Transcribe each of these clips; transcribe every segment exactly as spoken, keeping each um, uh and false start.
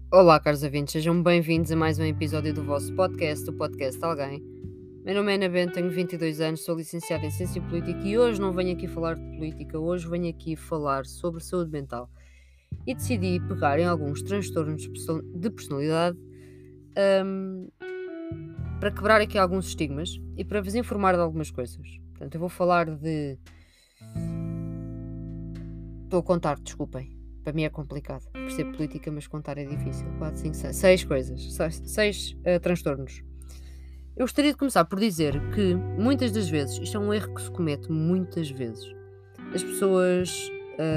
Olá, caros ouvintes, sejam bem-vindos a mais um episódio do vosso podcast, o Podcast Alguém. Meu nome é Ana Bento, tenho vinte e dois anos, sou licenciada em Ciência Política e hoje não venho aqui falar de política, hoje venho aqui falar sobre saúde mental. E decidi pegar em alguns transtornos de perso- de personalidade hum, para quebrar aqui alguns estigmas e para vos informar de algumas coisas. Portanto, eu vou falar de... Estou a contar, desculpem. Para mim é complicado. Percebo política, mas contar é difícil. quatro, cinco, seis. Seis coisas. Seis, seis uh, transtornos. Eu gostaria de começar por dizer que, muitas das vezes, isto é um erro que se comete muitas vezes. As pessoas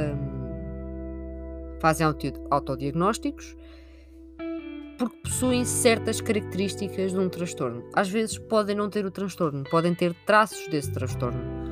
hum, fazem auto- autodiagnósticos porque possuem certas características de um transtorno. Às vezes podem não ter o transtorno, podem ter traços desse transtorno.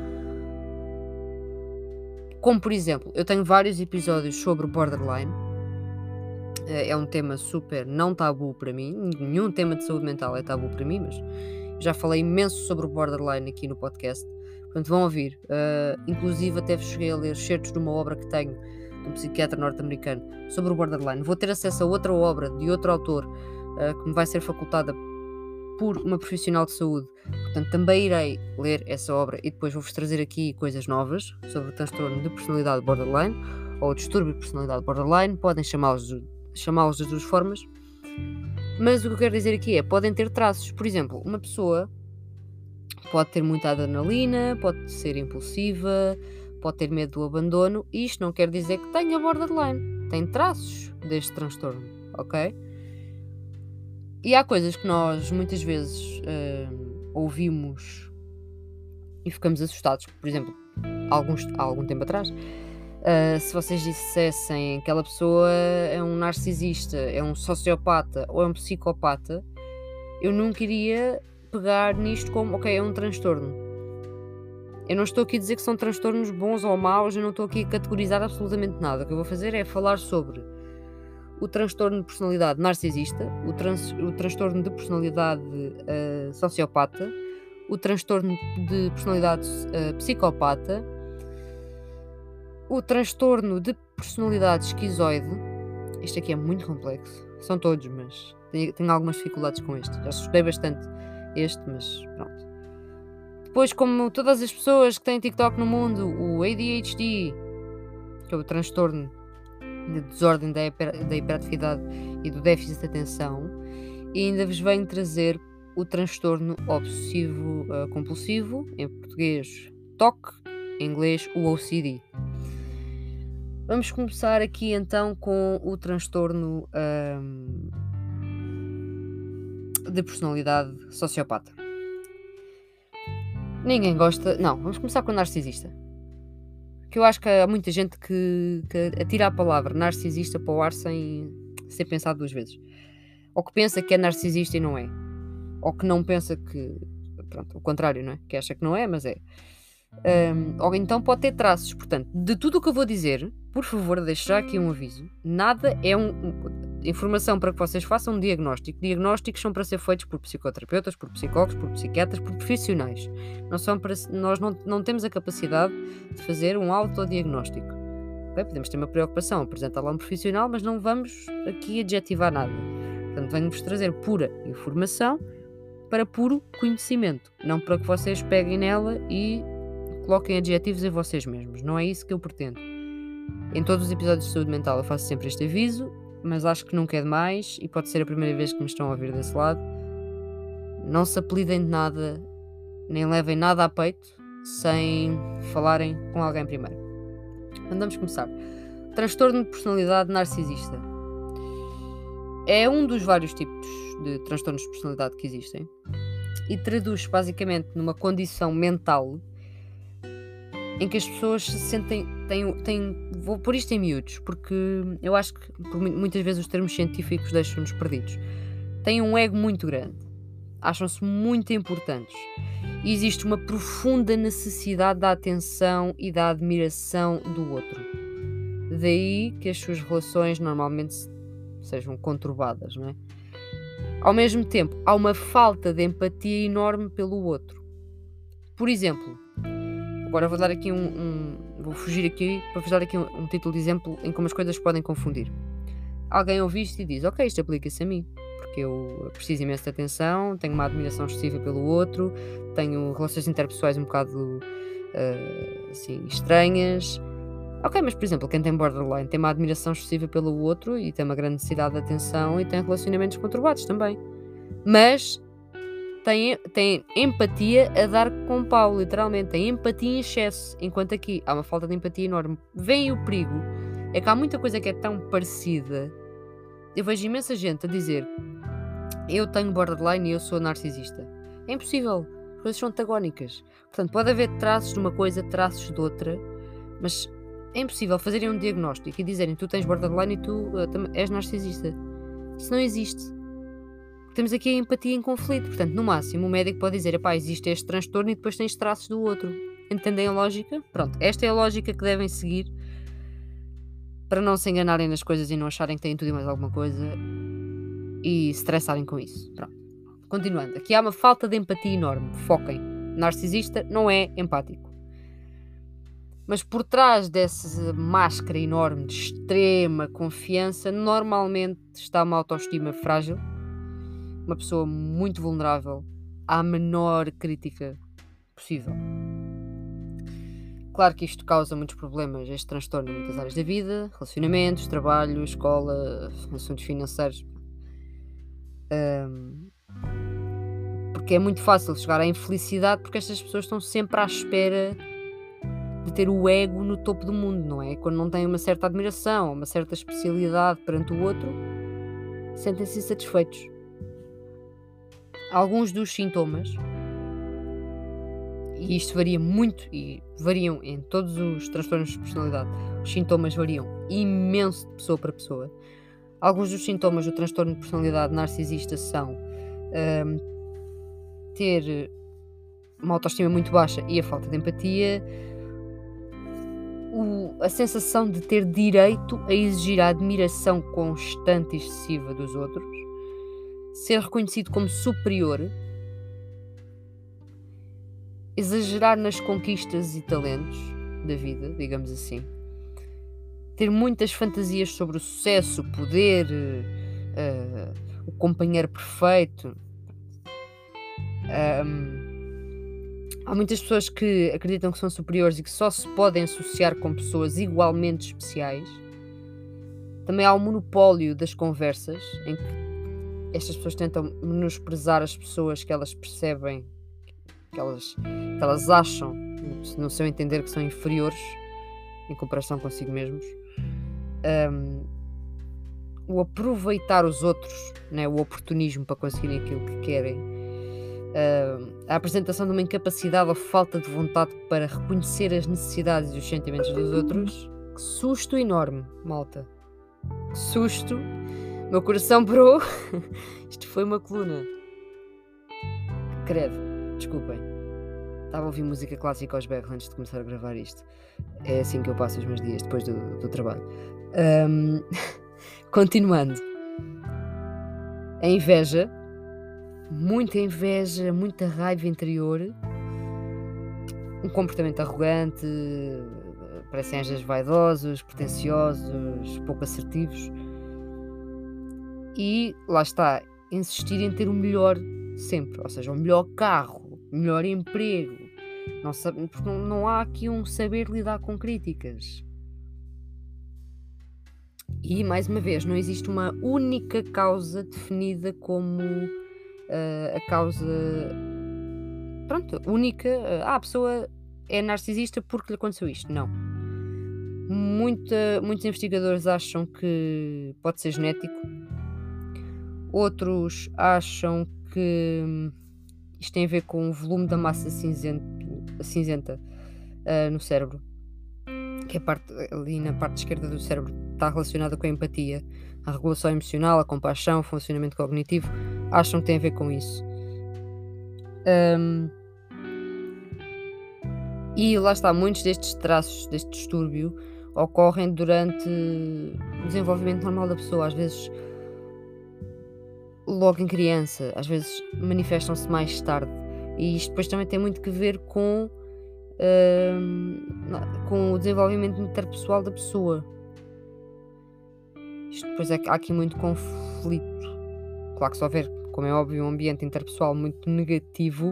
Como, por exemplo, eu tenho vários episódios sobre borderline. É um tema super não tabu para mim. Nenhum tema de saúde mental é tabu para mim, mas já falei imenso sobre o borderline aqui no podcast. Portanto, vão ouvir. Uh, inclusive, até cheguei a ler certos de uma obra que tenho de um psiquiatra norte-americano sobre o borderline. Vou ter acesso a outra obra de outro autor uh, que me vai ser facultada por uma profissional de saúde. Portanto, também irei ler essa obra e depois vou-vos trazer aqui coisas novas sobre o transtorno de personalidade borderline ou o distúrbio de personalidade borderline. Podem chamá-los, chamá-los das duas formas. Mas o que eu quero dizer aqui é, podem ter traços. Por exemplo, uma pessoa pode ter muita adrenalina, pode ser impulsiva, pode ter medo do abandono. E isto não quer dizer que tenha borderline. Tem traços deste transtorno, ok? E há coisas que nós muitas vezes uh, ouvimos e ficamos assustados. Por exemplo, alguns, há algum tempo atrás, uh, se vocês dissessem que aquela pessoa é um narcisista, é um sociopata ou é um psicopata, eu nunca iria pegar nisto como, ok, é um transtorno. Eu não estou aqui a dizer que são transtornos bons ou maus, eu não estou aqui a categorizar absolutamente nada. O que eu vou fazer é falar sobre o transtorno de personalidade narcisista, o, trans, o transtorno de personalidade uh, sociopata, o transtorno de personalidade uh, psicopata, o transtorno de personalidade esquizoide. Este aqui é muito complexo, são todos, mas tenho, tenho algumas dificuldades com este. Já estudei bastante este, mas pronto. Depois, como todas as pessoas que têm TikTok no mundo, o A D H D, que é o transtorno de desordem da, hiper, da hiperatividade e do déficit de atenção, e ainda vos venho trazer o transtorno obsessivo uh, compulsivo, em português T O C, em inglês o O C D. Vamos começar aqui então com o transtorno um, de personalidade sociopata. Ninguém gosta... Não, vamos começar com o narcisista. Que eu acho que há muita gente que, que atira a palavra narcisista para o ar sem ser pensado duas vezes. Ou que pensa que é narcisista e não é. Ou que não pensa que... Pronto, o contrário, não é? Que acha que não é, mas é. Um, ou então pode ter traços. Portanto, de tudo o que eu vou dizer, por favor, deixe já aqui um aviso. Nada é um... um informação para que vocês façam um diagnóstico. Diagnósticos são para ser feitos por psicoterapeutas, por psicólogos, por psiquiatras, por profissionais. Não são para, nós não, não temos a capacidade de fazer um autodiagnóstico. Okay? Podemos ter uma preocupação, apresentar lá um profissional, mas não vamos aqui adjetivar nada. Portanto, venho-vos trazer pura informação para puro conhecimento. Não para que vocês peguem nela e coloquem adjetivos em vocês mesmos. Não é isso que eu pretendo. Em todos os episódios de saúde mental eu faço sempre este aviso, mas acho que nunca é demais e pode ser a primeira vez que me estão a ouvir desse lado. Não se apelidem de nada, nem levem nada a peito sem falarem com alguém primeiro. Então vamos começar. Transtorno de personalidade narcisista. É um dos vários tipos de transtornos de personalidade que existem e traduz basicamente numa condição mental em que as pessoas se sentem, têm, têm, vou pôr isto em miúdos, porque eu acho que por muitas vezes os termos científicos deixam-nos perdidos. Têm um ego muito grande, acham-se muito importantes e existe uma profunda necessidade da atenção e da admiração do outro. Daí que as suas relações normalmente sejam conturbadas, não é? Ao mesmo tempo, há uma falta de empatia enorme pelo outro. Por exemplo, agora vou dar aqui um, um vou fugir aqui para vos dar aqui um, um título de exemplo em como as coisas podem confundir. alguém ouve isto e diz: ok, isto aplica-se a mim, porque eu preciso imenso de atenção, tenho uma admiração excessiva pelo outro, tenho relações interpessoais um bocado uh, assim, estranhas. Ok, mas por exemplo, quem tem borderline tem uma admiração excessiva pelo outro e tem uma grande necessidade de atenção e tem relacionamentos conturbados também. Mas tem, tem empatia a dar com pau, literalmente. Tem empatia em excesso. Enquanto aqui há uma falta de empatia enorme. Vem o perigo. É que há muita coisa que é tão parecida. Eu vejo imensa gente a dizer: eu tenho borderline e eu sou narcisista. É impossível. As coisas são antagónicas. Portanto, pode haver traços de uma coisa, traços de outra, mas é impossível fazerem um diagnóstico e dizerem: tu tens borderline e tu uh, és narcisista. Isso não existe. Temos aqui a empatia em conflito. Portanto, no máximo, o médico pode dizer: epá, existe este transtorno e depois tens traços do outro. Entendem a lógica? Pronto, esta é a lógica que devem seguir para não se enganarem nas coisas e não acharem que têm tudo e mais alguma coisa e se estressarem com isso. Pronto. Continuando, aqui há uma falta de empatia enorme. Foquem. Narcisista não é empático. Mas por trás dessa máscara enorme de extrema confiança, normalmente está uma autoestima frágil, uma pessoa muito vulnerável à menor crítica possível. Claro que isto causa muitos problemas, este transtorno em muitas áreas da vida, relacionamentos, trabalho, escola, assuntos financeiros. Um, porque é muito fácil chegar à infelicidade porque estas pessoas estão sempre à espera de ter o ego no topo do mundo, não é? Quando não têm uma certa admiração, uma certa especialidade perante o outro, sentem-se insatisfeitos. Alguns dos sintomas, e isto varia muito, e variam em todos os transtornos de personalidade, os sintomas variam imenso de pessoa para pessoa. Alguns dos sintomas do transtorno de personalidade narcisista são um, ter uma autoestima muito baixa e a falta de empatia, o, a sensação de ter direito a exigir a admiração constante e excessiva dos outros, ser reconhecido como superior, exagerar nas conquistas e talentos da vida, digamos assim, ter muitas fantasias sobre o sucesso, o poder, uh, o companheiro perfeito. Um, há muitas pessoas que acreditam que são superiores e que só se podem associar com pessoas igualmente especiais. Também há o monopólio das conversas, em que estas pessoas tentam menosprezar as pessoas que elas percebem, que elas, que elas acham, no seu entender, que são inferiores em comparação consigo mesmos. Um, o aproveitar os outros, né, o oportunismo para conseguirem aquilo que querem. Uh, a apresentação de uma incapacidade ou falta de vontade para reconhecer as necessidades e os sentimentos dos outros. Que susto enorme, malta. Que susto. Meu coração parou. Isto foi uma coluna. Credo. Desculpem. Estava a ouvir música clássica aos berros antes de começar a gravar isto. É assim que eu passo os meus dias depois do, do trabalho. Um, continuando. A inveja. Muita inveja, muita raiva interior. Um comportamento arrogante. Parecem às vezes vaidosos, pretenciosos, pouco assertivos. E lá está, insistir em ter o melhor sempre. Ou seja, o melhor carro, o melhor emprego. Não, sabe, porque não, não há aqui um saber lidar com críticas. E, mais uma vez, não existe uma única causa definida como uh, a causa, pronto, única. Uh, ah, a pessoa é narcisista porque lhe aconteceu isto. Não. Muita, muitos investigadores acham que pode ser genético. Outros acham que isto tem a ver com o volume da massa cinzento, cinzenta uh, no cérebro, que é parte, ali na parte esquerda do cérebro, está relacionada com a empatia, a regulação emocional, a compaixão, o funcionamento cognitivo. Acham que tem a ver com isso. Um, e lá está, muitos destes traços, deste distúrbio, ocorrem durante o desenvolvimento normal da pessoa. Às vezes logo em criança, às vezes manifestam-se mais tarde. E isto depois também tem muito que ver com, uh, com o desenvolvimento interpessoal da pessoa. Isto depois é que há aqui muito conflito. Claro que se houver, como é óbvio, um ambiente interpessoal muito negativo,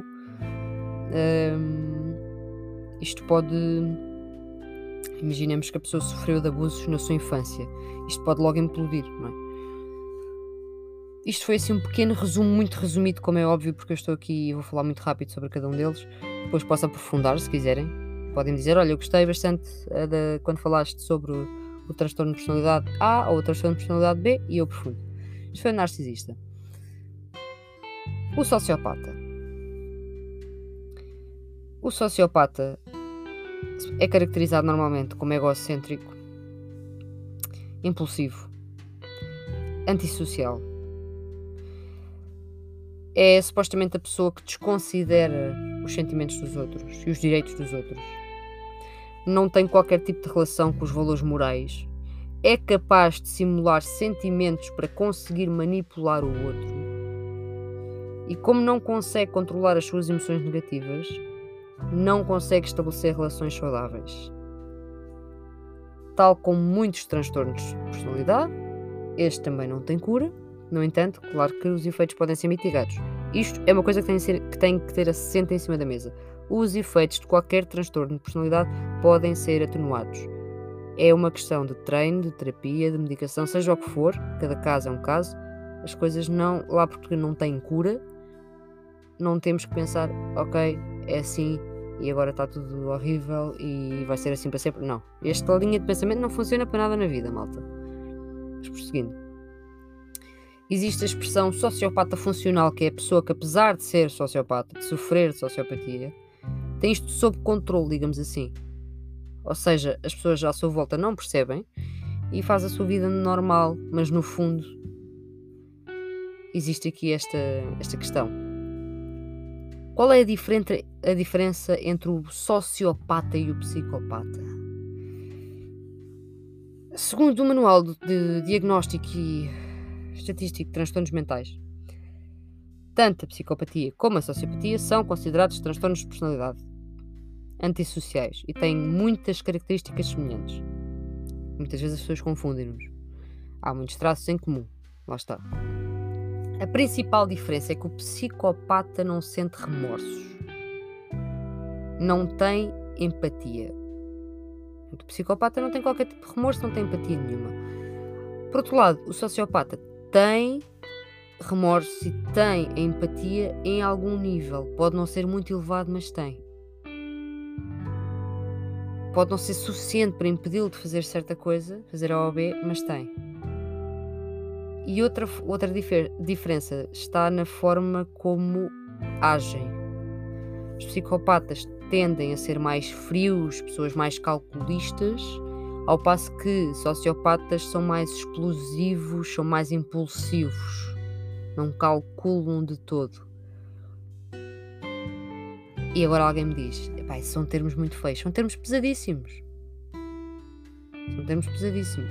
hum, isto pode. Imaginemos que a pessoa sofreu de abusos na sua infância. Isto pode logo implodir, não é? Isto foi assim um pequeno resumo, muito resumido, como é óbvio, porque eu estou aqui e vou falar muito rápido sobre cada um deles. Depois posso aprofundar, se quiserem. Podem dizer, olha, eu gostei bastante uh, de, quando falaste sobre o, o transtorno de personalidade A ou o transtorno de personalidade B, e eu aprofundo. Isto foi o narcisista. O sociopata. O sociopata é caracterizado normalmente como egocêntrico, impulsivo, antissocial. É supostamente a pessoa que desconsidera os sentimentos dos outros e os direitos dos outros. Não tem qualquer tipo de relação com os valores morais. É capaz de simular sentimentos para conseguir manipular o outro. E como não consegue controlar as suas emoções negativas, não consegue estabelecer relações saudáveis. Tal como muitos transtornos de personalidade, este também não tem cura. No entanto, claro que os efeitos podem ser mitigados. Isto é uma coisa que tem, ser, que tem que ter assente em cima da mesa. Os efeitos de qualquer transtorno de personalidade podem ser atenuados. É uma questão de treino, de terapia, de medicação, seja o que for, cada caso é um caso. As coisas não, lá porque não têm cura, não temos que pensar, ok, é assim e agora está tudo horrível e vai ser assim para sempre. Não, esta linha de pensamento não funciona para nada na vida, malta. Mas prosseguindo. Existe a expressão sociopata funcional, que é a pessoa que, apesar de ser sociopata, de sofrer de sociopatia, tem isto sob controle, digamos assim. Ou seja, as pessoas à sua volta não percebem e faz a sua vida normal, mas no fundo existe aqui esta, esta questão. Qual é a, diferente, a diferença entre o sociopata e o psicopata? Segundo o Manual de Diagnóstico e Estatístico de Transtornos Mentais, tanto a psicopatia como a sociopatia são considerados transtornos de personalidade antissociais e têm muitas características semelhantes. Muitas vezes as pessoas confundem-nos. Há muitos traços em comum. Lá está. A principal diferença é que o psicopata não sente remorsos. Não tem empatia. O psicopata não tem qualquer tipo de remorso, não tem empatia nenhuma. Por outro lado, o sociopata tem remorso e tem a empatia em algum nível. Pode não ser muito elevado, mas tem. Pode não ser suficiente para impedi-lo de fazer certa coisa, fazer A ou B, mas tem. E outra, outra difer- diferença está na forma como agem. Os psicopatas tendem a ser mais frios, pessoas mais calculistas, ao passo que sociopatas são mais explosivos, são mais impulsivos, não calculam de todo. E agora alguém me diz, epá, são termos muito feios, são termos pesadíssimos. São termos pesadíssimos.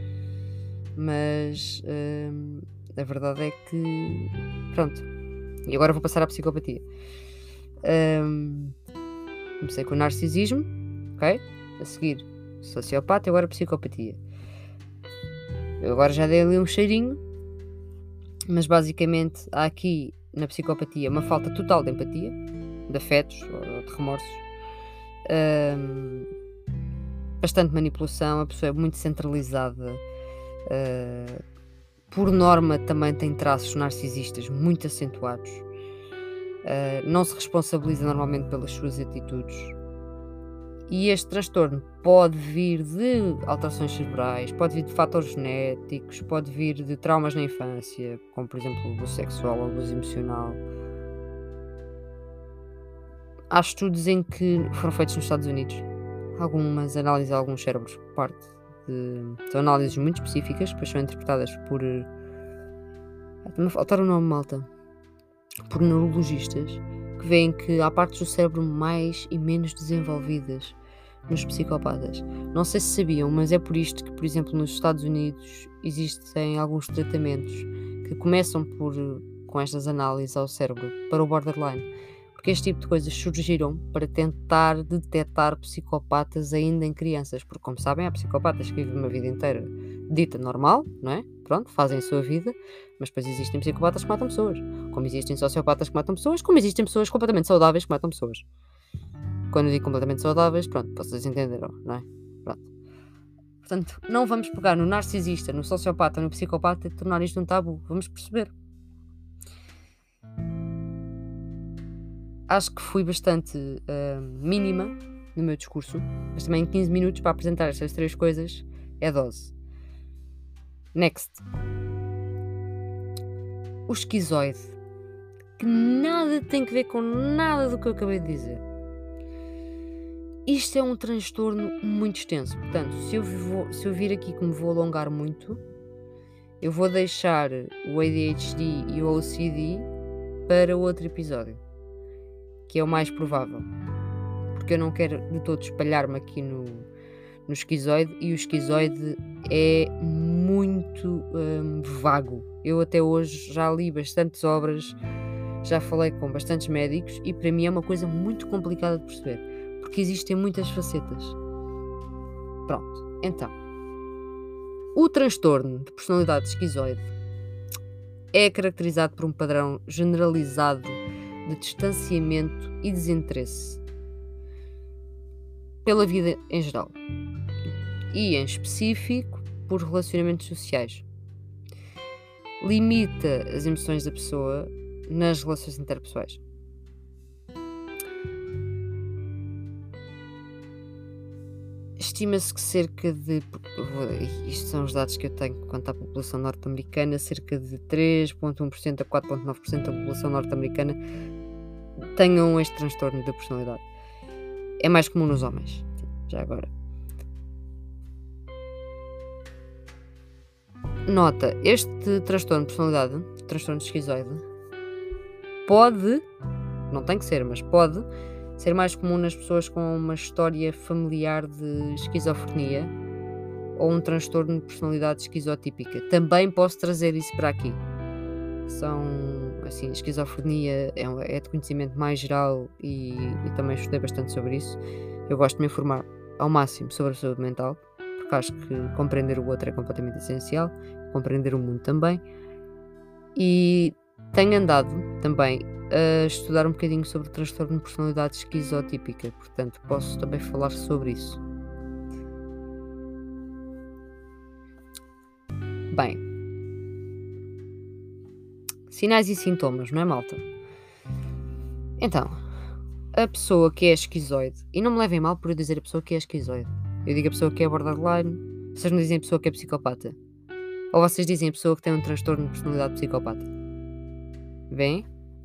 Mas hum, a verdade é que, pronto, e agora vou passar à psicopatia. Hum, comecei com o narcisismo, ok? A seguir sociopata e agora psicopatia. Eu agora já dei ali um cheirinho, mas basicamente há aqui na psicopatia uma falta total de empatia, de afetos ou de remorsos, hum, bastante manipulação, a pessoa é muito centralizada, uh, por norma também tem traços narcisistas muito acentuados, uh, não se responsabiliza normalmente pelas suas atitudes. E este transtorno pode vir de alterações cerebrais, pode vir de fatores genéticos, pode vir de traumas na infância, como por exemplo abuso sexual ou abuso emocional. Há estudos em que foram feitos nos Estados Unidos, algumas análises a alguns cérebros por parte de... São análises muito específicas, depois são interpretadas por... Está-me a faltar o nome, malta. Por neurologistas, que veem que há partes do cérebro mais e menos desenvolvidas nos psicopatas. Não sei se sabiam, mas é por isto que, por exemplo, nos Estados Unidos existem alguns tratamentos que começam por, com estas análises ao cérebro para o borderline, porque este tipo de coisas surgiram para tentar detectar psicopatas ainda em crianças, porque como sabem há psicopatas que vivem uma vida inteira dita normal, não é? Pronto, fazem a sua vida, mas depois existem psicopatas que matam pessoas, como existem sociopatas que matam pessoas, como existem pessoas completamente saudáveis que matam pessoas. Quando eu digo completamente saudáveis, pronto, vocês entenderam, não é? Pronto. Portanto, não vamos pegar no narcisista, no sociopata, no psicopata e tornar isto um tabu. Vamos perceber. Acho que fui bastante uh, mínima no meu discurso, mas também quinze minutos para apresentar estas três coisas é dose. Next. O esquizoide, que nada tem que ver com nada do que eu acabei de dizer. Isto é um transtorno muito extenso, portanto, se eu, vou, se eu vir aqui que me vou alongar muito, eu vou deixar o A D H D e o O C D para outro episódio, que é o mais provável, porque eu não quero de todo espalhar-me aqui no, no esquizoide, e o esquizoide é muito hum, vago. Eu até hoje já li bastantes obras, já falei com bastantes médicos, e para mim é uma coisa muito complicada de perceber, porque existem muitas facetas. Pronto, então, o transtorno de personalidade esquizoide é caracterizado por um padrão generalizado de distanciamento e desinteresse pela vida em geral, e em específico por relacionamentos sociais. Limita as emoções da pessoa nas relações interpessoais. Estima-se que cerca de, isto são os dados que eu tenho quanto à população norte-americana, cerca de três vírgula um por cento a quatro vírgula nove por cento da população norte-americana tenham este transtorno de personalidade. É mais comum nos homens, já agora. Nota, este transtorno de personalidade, transtorno de esquizoide, pode, não tem que ser, mas pode ser mais comum nas pessoas com uma história familiar de esquizofrenia ou um transtorno de personalidade esquizotípica. Também posso trazer isso para aqui. São, assim, a esquizofrenia é, é de conhecimento mais geral, e, e também estudei bastante sobre isso. Eu gosto de me informar ao máximo sobre a saúde mental, porque acho que compreender o outro é completamente essencial, compreender o mundo também. E tenho andado também a estudar um bocadinho sobre o transtorno de personalidade esquizotípica, portanto posso também falar sobre isso. Bem, sinais e sintomas, não é, malta? Então, a pessoa que é esquizoide, e não me levem mal por eu dizer a pessoa que é esquizoide, eu digo a pessoa que é borderline, vocês não dizem a pessoa que é psicopata, ou vocês dizem a pessoa que tem um transtorno de personalidade psicopata. Bem?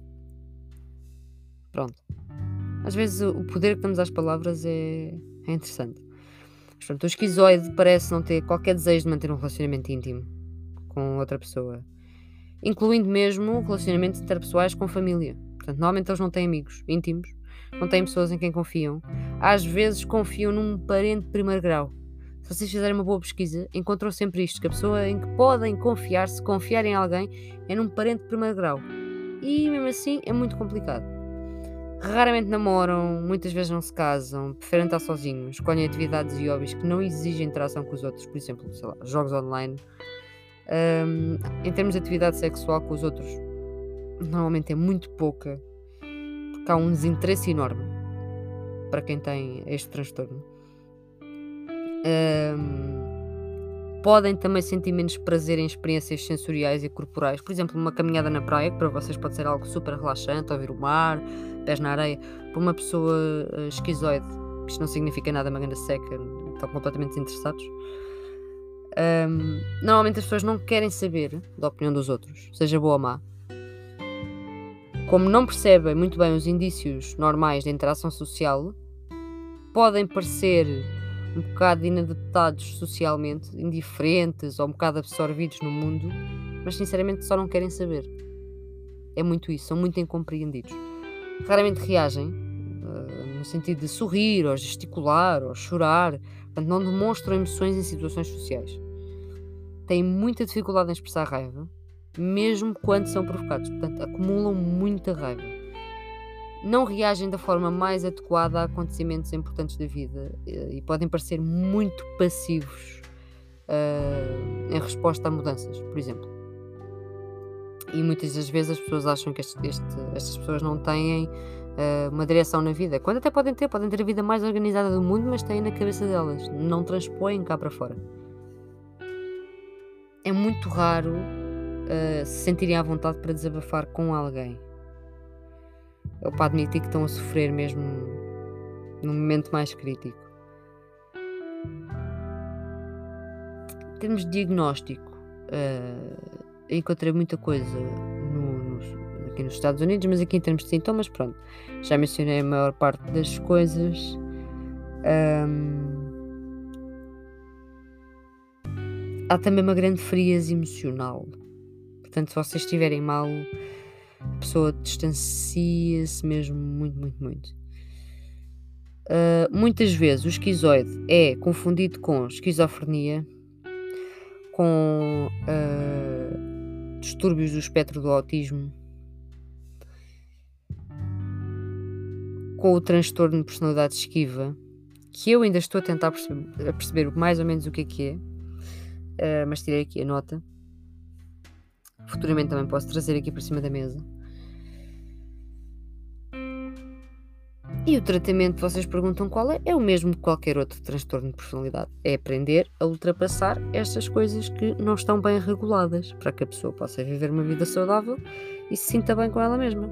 Pronto. Às vezes o poder que damos às palavras é, é interessante. Mas pronto, o esquizoide parece não ter qualquer desejo de manter um relacionamento íntimo com outra pessoa, incluindo mesmo relacionamentos interpessoais com família. Portanto, normalmente eles não têm amigos íntimos, não têm pessoas em quem confiam. Às vezes confiam num parente de primeiro grau. Se vocês fizerem uma boa pesquisa, encontram sempre isto, que a pessoa em que podem confiar, se confiar em alguém, é num parente de primeiro grau. E mesmo assim é muito complicado. Raramente namoram, muitas vezes não se casam, preferem estar sozinhos, escolhem atividades e hobbies que não exigem interação com os outros, por exemplo, sei lá, jogos online. Um, em termos de atividade sexual com os outros, normalmente é muito pouca, porque há um desinteresse enorme para quem tem este transtorno. Um, podem também sentir menos prazer em experiências sensoriais e corporais, por exemplo, uma caminhada na praia, que para vocês pode ser algo super relaxante, ouvir o mar, pés na areia. Para uma pessoa uh, esquizoide, isto não significa nada, uma grande seca, estão completamente desinteressados. Um, normalmente as pessoas não querem saber da opinião dos outros, seja boa ou má. Como não percebem muito bem os indícios normais de interação social, podem parecer um bocado inadaptados socialmente, indiferentes ou um bocado absorvidos no mundo, mas sinceramente só não querem saber. É muito isso, são muito incompreendidos. Raramente reagem, uh, no sentido de sorrir, ou gesticular, ou chorar, portanto não demonstram emoções em situações sociais. Têm muita dificuldade em expressar raiva, mesmo quando são provocados, portanto acumulam muita raiva. Não reagem da forma mais adequada a acontecimentos importantes da vida e podem parecer muito passivos uh, em resposta a mudanças, por exemplo. E muitas das vezes as pessoas acham que este, este, estas pessoas não têm uh, uma direção na vida, quando até podem ter, podem ter a vida mais organizada do mundo, mas têm na cabeça delas, não transpõem cá para fora. É muito raro uh, se sentirem à vontade para desabafar com alguém, ou para admitir que estão a sofrer mesmo num momento mais crítico. Em termos de diagnóstico, uh, encontrei muita coisa no, nos, aqui nos Estados Unidos, mas aqui em termos de sintomas, pronto, já mencionei a maior parte das coisas. Um, há também uma grande frieza emocional. Portanto, se vocês estiverem mal, a pessoa distancia-se mesmo muito, muito, muito. Uh, muitas vezes o esquizoide é confundido com esquizofrenia, com uh, distúrbios do espectro do autismo, com o transtorno de personalidade esquiva, que eu ainda estou a tentar perceber, a perceber mais ou menos o que é que é, uh, mas tirei aqui a nota. Futuramente também posso trazer aqui para cima da mesa. E o tratamento, vocês perguntam qual é? É o mesmo que qualquer outro transtorno de personalidade. É aprender a ultrapassar estas coisas que não estão bem reguladas, para que a pessoa possa viver uma vida saudável e se sinta bem com ela mesma.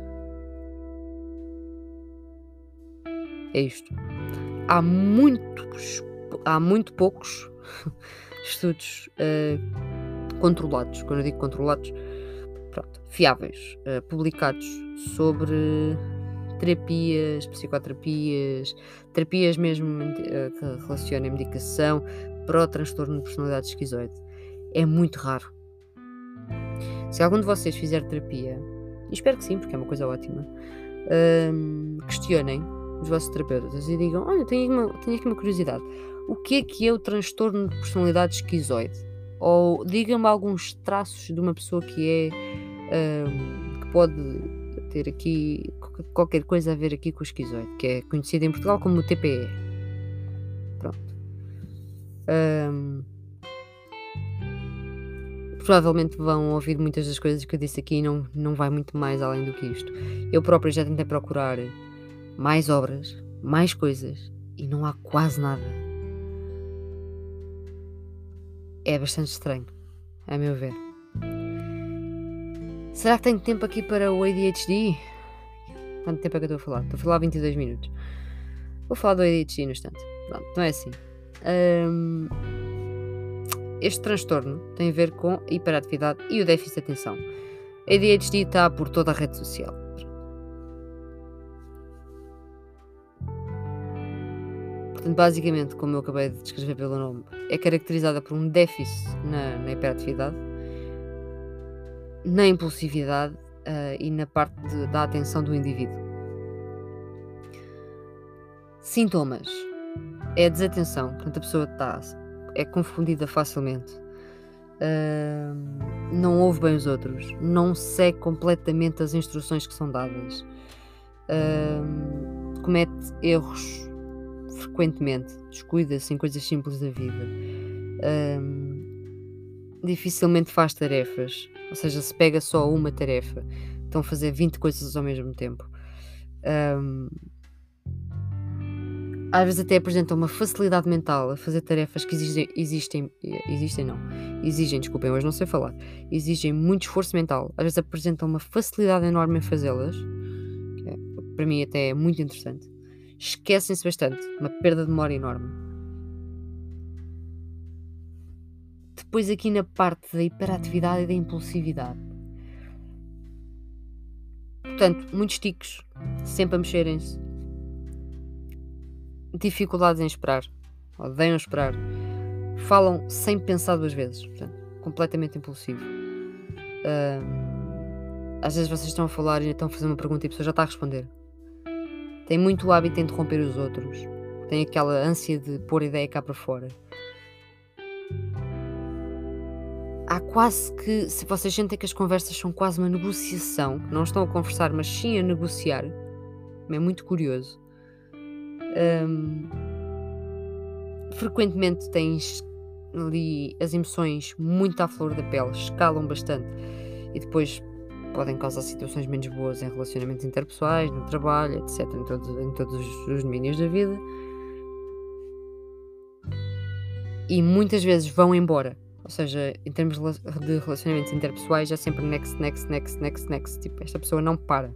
É isto. Há muitos, há muito poucos estudos uh, controlados, quando eu digo controlados, pronto, fiáveis, uh, publicados sobre terapias, psicoterapias, terapias mesmo uh, que relacionem medicação para o transtorno de personalidade esquizoide. É muito raro. Se algum de vocês fizer terapia, e espero que sim, porque é uma coisa ótima, uh, questionem os vossos terapeutas e digam: olha, tenho, uma, tenho aqui uma curiosidade, o que é que é o transtorno de personalidade esquizoide? Ou digam-me alguns traços de uma pessoa que é uh, que pode ter aqui qualquer coisa a ver aqui com o esquizoide, que é conhecido em Portugal como o T P E. Pronto. Um, provavelmente vão ouvir muitas das coisas que eu disse aqui e não, não vai muito mais além do que isto. Eu própria já tentei procurar mais obras, mais coisas, e não há quase nada. É bastante estranho, a meu ver. Será que tenho tempo aqui para o A D H D? Quanto tempo é que eu estou a falar? Estou a falar vinte e dois minutos. Vou falar do A D H D no instante. Pronto, então é assim. Um, este transtorno tem a ver com a hiperatividade e o déficit de atenção. A D H D está por toda a rede social. Portanto, basicamente, como eu acabei de descrever pelo nome, é caracterizada por um déficit na, na hiperatividade, na impulsividade uh, e na parte de, da atenção do indivíduo. Sintomas. É a desatenção, portanto a pessoa está, é confundida facilmente, uh, não ouve bem os outros, não segue completamente as instruções que são dadas, uh, comete erros frequentemente, descuida-se em coisas simples da vida, uh, dificilmente faz tarefas, ou seja, se pega só uma tarefa, estão a fazer vinte coisas ao mesmo tempo. Um, às vezes até apresentam uma facilidade mental a fazer tarefas que exigem, existem, existem não, exigem, desculpem, hoje não sei falar, exigem muito esforço mental, às vezes apresentam uma facilidade enorme em fazê-las, que é, para mim até é muito interessante, esquecem-se bastante, uma perda de memória enorme. Depois aqui na parte da hiperatividade e da impulsividade. Portanto, muitos ticos, sempre a mexerem-se. Dificuldades em esperar, odeiam esperar. Falam sem pensar duas vezes, portanto, completamente impulsivo. Um, às vezes vocês estão a falar e estão a fazer uma pergunta e a pessoa já está a responder. Tem muito hábito de interromper os outros. Tem aquela ânsia de pôr a ideia cá para fora. Há quase que, se vocês sentem que as conversas são quase uma negociação, que não estão a conversar, mas sim a negociar, é muito curioso. Um, frequentemente têm ali as emoções muito à flor da pele, escalam bastante e depois podem causar situações menos boas em relacionamentos interpessoais, no trabalho, etcétera, em todos, em todos os os domínios da vida. E muitas vezes vão embora. Ou seja, em termos de rela- de relacionamentos interpessoais, é sempre next, next, next, next, next. Tipo, esta pessoa não para.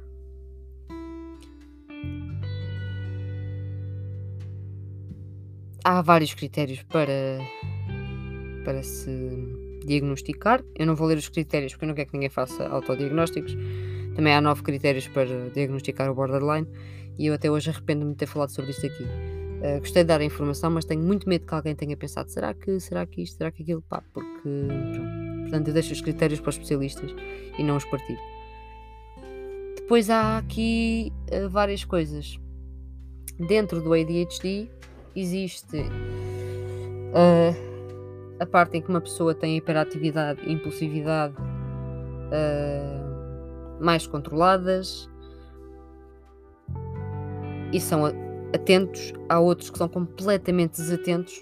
Há vários critérios para, para se diagnosticar. Eu não vou ler os critérios porque eu não quero que ninguém faça autodiagnósticos. Também há nove critérios para diagnosticar o borderline e eu até hoje arrependo-me de ter falado sobre isto aqui. Uh, gostei de dar a informação, mas tenho muito medo que alguém tenha pensado: será que, será que isto, será que aquilo? Pá, porque, pronto. Portanto, eu deixo os critérios para os especialistas e não os partilho. Depois há aqui uh, várias coisas. Dentro do A D H D existe uh, a parte em que uma pessoa tem hiperatividade e impulsividade uh, mais controladas e são a- atentos. Há outros que são completamente desatentos.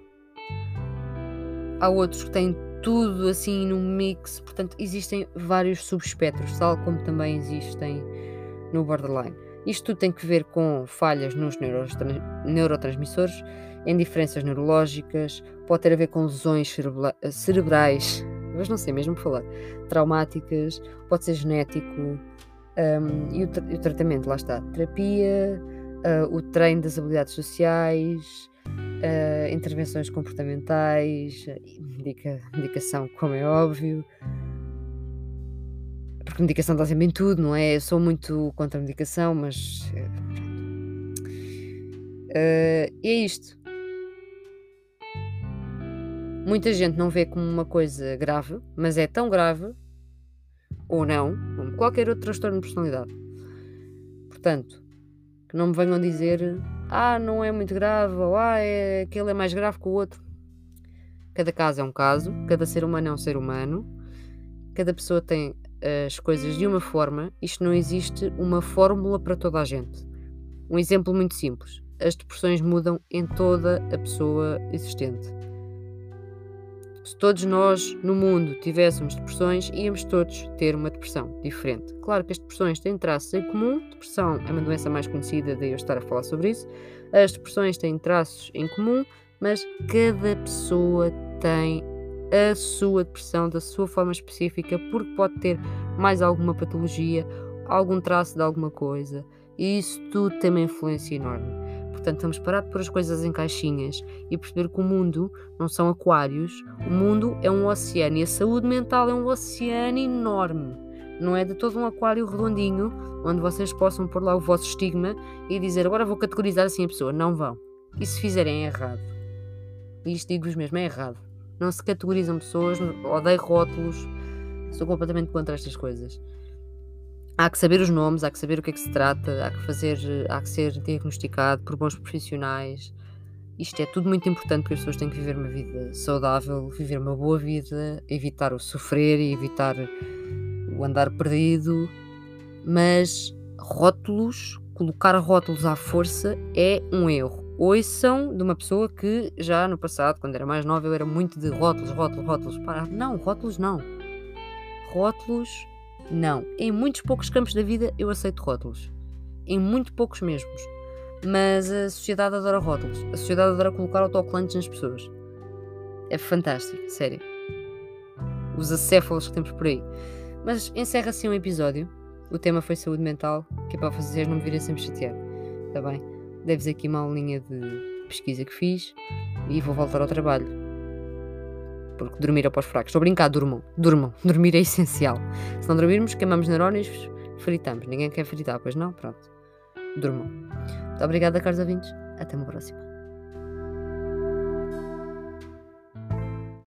Há outros que têm tudo assim num mix. Portanto, existem vários subespectros, tal como também existem no borderline. Isto tudo tem que ver com falhas nos neurotran- neurotransmissores, em diferenças neurológicas, pode ter a ver com lesões cerebla- cerebrais, mas não sei mesmo falar, traumáticas, pode ser genético, um, e, o tra- e o tratamento, lá está, terapia, uh, o treino das habilidades sociais, uh, intervenções comportamentais, medica- medicação, como é óbvio, porque medicação está sempre em tudo, não é? Eu sou muito contra a medicação, mas eh, pronto. Eh, e é isto. Muita gente não vê como uma coisa grave, mas é tão grave, ou não, como qualquer outro transtorno de personalidade. Portanto, que não me venham dizer: ah, não é muito grave, ou ah, é, aquele é mais grave que o outro. Cada caso é um caso, cada ser humano é um ser humano, cada pessoa tem as coisas de uma forma. Isto não existe uma fórmula para toda a gente. Um exemplo muito simples: as depressões mudam em toda a pessoa existente. Se todos nós no mundo tivéssemos depressões, íamos todos ter uma depressão diferente. Claro que as depressões têm traços em comum. Depressão é uma doença mais conhecida, daí eu estar a falar sobre isso. As depressões têm traços em comum, mas cada pessoa tem a sua depressão da sua forma específica, porque pode ter mais alguma patologia, algum traço de alguma coisa, e isso tudo tem uma influência enorme. Portanto, vamos parar de pôr as coisas em caixinhas e perceber que o mundo não são aquários, o mundo é um oceano e a saúde mental é um oceano enorme. Não é de todo um aquário redondinho onde vocês possam pôr lá o vosso estigma e dizer: agora vou categorizar assim a pessoa. Não vão. E se fizerem é errado. E isto digo-vos mesmo, é errado. Não se categorizam pessoas, odeio rótulos, sou completamente contra estas coisas. Há que saber os nomes, há que saber o que é que se trata, há que fazer, há que ser diagnosticado por bons profissionais. Isto é tudo muito importante, porque as pessoas têm que viver uma vida saudável, viver uma boa vida, evitar o sofrer e evitar o andar perdido. Mas rótulos, colocar rótulos à força é um erro. Ouçam de uma pessoa que já no passado, quando era mais nova, eu era muito de rótulos, rótulos, rótulos. Para, não, rótulos não. Rótulos não. Em muitos poucos campos da vida eu aceito rótulos. Em muito poucos mesmos. Mas a sociedade adora rótulos. A sociedade adora colocar autocolantes nas pessoas. É fantástico, sério. Os acéfalos que temos por aí. Mas encerra assim um episódio. O tema foi saúde mental, que é para vocês não me virem sempre chatear. Está bem? Deves aqui uma aulinha de pesquisa que fiz e vou voltar ao trabalho. Porque dormir é para os fracos. Estou a brincar, durmam. Durmam. Dormir é essencial. Se não dormirmos, queimamos neurónios, fritamos. Ninguém quer fritar, pois não? Pronto. Durmam. Muito obrigada, caros ouvintes. Até uma próxima.